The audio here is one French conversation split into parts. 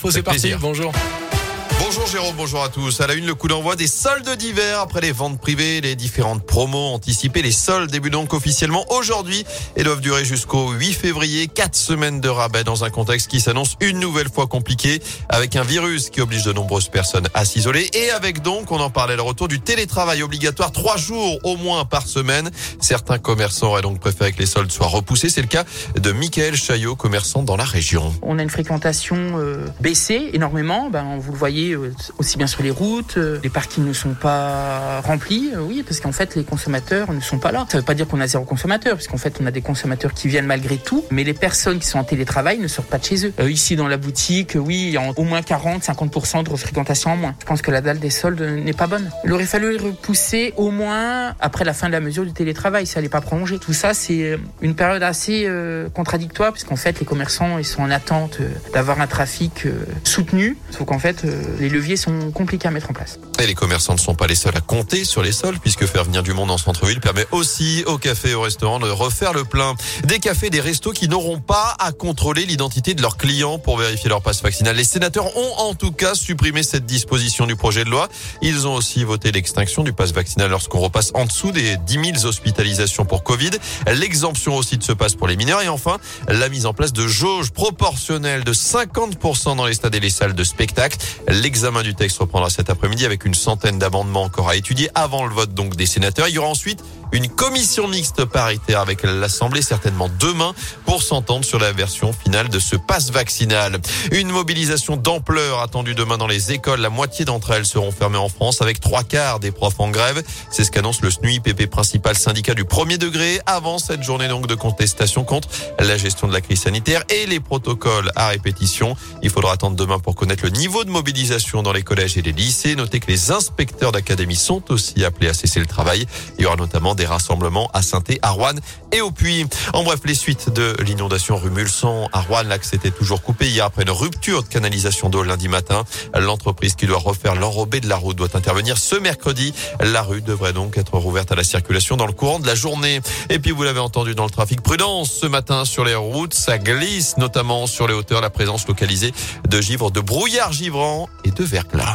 Info, c'est parti. Plaisir. Bonjour. Bonjour Jérôme, bonjour à tous. À la une, le coup d'envoi des soldes d'hiver. Après les ventes privées, les différentes promos anticipées, les soldes débutent donc officiellement aujourd'hui et doivent durer jusqu'au 8 février. 4 semaines de rabais dans un contexte qui s'annonce une nouvelle fois compliqué avec un virus qui oblige de nombreuses personnes à s'isoler et avec donc, on en parlait, le retour du télétravail obligatoire 3 jours au moins par semaine. Certains commerçants auraient donc préféré que les soldes soient repoussés. C'est le cas de Michael Chaillot, commerçant dans la région. On a une fréquentation baissée énormément. Vous le voyez aussi bien sur les routes, les parkings ne sont pas remplis, oui, parce qu'en fait les consommateurs ne sont pas là. Ça veut pas dire qu'on a zéro consommateur, parce qu'en fait on a des consommateurs qui viennent malgré tout, mais les personnes qui sont en télétravail ne sortent pas de chez eux. Ici dans la boutique, oui, il y a au moins 40-50% de fréquentation en moins. Je pense que la dalle des soldes n'est pas bonne. Il aurait fallu les repousser au moins après la fin de la mesure du télétravail, ça n'allait pas prolonger. Tout ça, c'est une période assez contradictoire, puisqu'en fait les commerçants ils sont en attente d'avoir un trafic soutenu, sauf qu'en fait les leviers sont compliqués à mettre en place. Et les commerçants ne sont pas les seuls à compter sur les soldes, puisque faire venir du monde en centre-ville permet aussi aux cafés et aux restaurants de refaire le plein. Des cafés, des restos qui n'auront pas à contrôler l'identité de leurs clients pour vérifier leur passe vaccinal. Les sénateurs ont en tout cas supprimé cette disposition du projet de loi. Ils ont aussi voté l'extinction du passe vaccinal lorsqu'on repasse en dessous des 10 000 hospitalisations pour Covid. L'exemption aussi de ce passe pour les mineurs. Et enfin, la mise en place de jauges proportionnelles de 50% dans les stades et les salles de spectacle. L'examen du texte reprendra cet après-midi avec une centaine d'amendements encore à étudier avant le vote donc des sénateurs. Il y aura ensuite une commission mixte paritaire avec l'Assemblée certainement demain pour s'entendre sur la version finale de ce pass vaccinal. Une mobilisation d'ampleur attendue demain dans les écoles. La moitié d'entre elles seront fermées en France avec 3/4 des profs en grève. C'est ce qu'annonce le SNUIPP, principal syndicat du premier degré, avant cette journée donc de contestation contre la gestion de la crise sanitaire et les protocoles à répétition. Il faudra attendre demain pour connaître le niveau de mobilisation dans les collèges et les lycées. Notez que les inspecteurs d'académie sont aussi appelés à cesser le travail. Il y aura notamment des rassemblements à Saint-Étienne, à Roanne et au Puy. En bref, les suites de l'inondation rue Mulsanne à Roanne, l'accès était toujours coupé hier après une rupture de canalisation d'eau lundi matin. L'entreprise qui doit refaire l'enrobé de la route doit intervenir ce mercredi. La rue devrait donc être rouverte à la circulation dans le courant de la journée. Et puis vous l'avez entendu dans le trafic, prudence ce matin sur les routes, ça glisse notamment sur les hauteurs, la présence localisée de givre, de brouillard givrant et de verglas.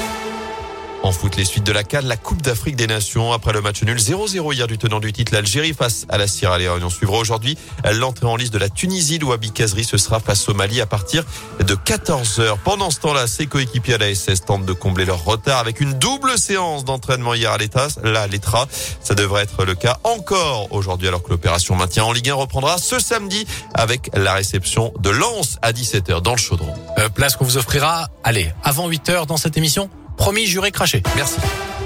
En foot, les suites de la CAN, la Coupe d'Afrique des Nations. Après le match nul 0-0 hier du tenant du titre, l'Algérie face à la Sierra Leone. On suivra aujourd'hui l'entrée en liste de la Tunisie. Louabi Kazri, ce sera face au Mali à partir de 14h. Pendant ce temps-là, ses coéquipiers à la SS tentent de combler leur retard avec une double séance d'entraînement hier à l'Etra. Ça devrait être le cas encore aujourd'hui, alors que l'opération maintien en Ligue 1 reprendra ce samedi avec la réception de Lens à 17h dans le Chaudron. Place qu'on vous offrira, allez, avant 8h dans cette émission. Promis, juré, craché. Merci.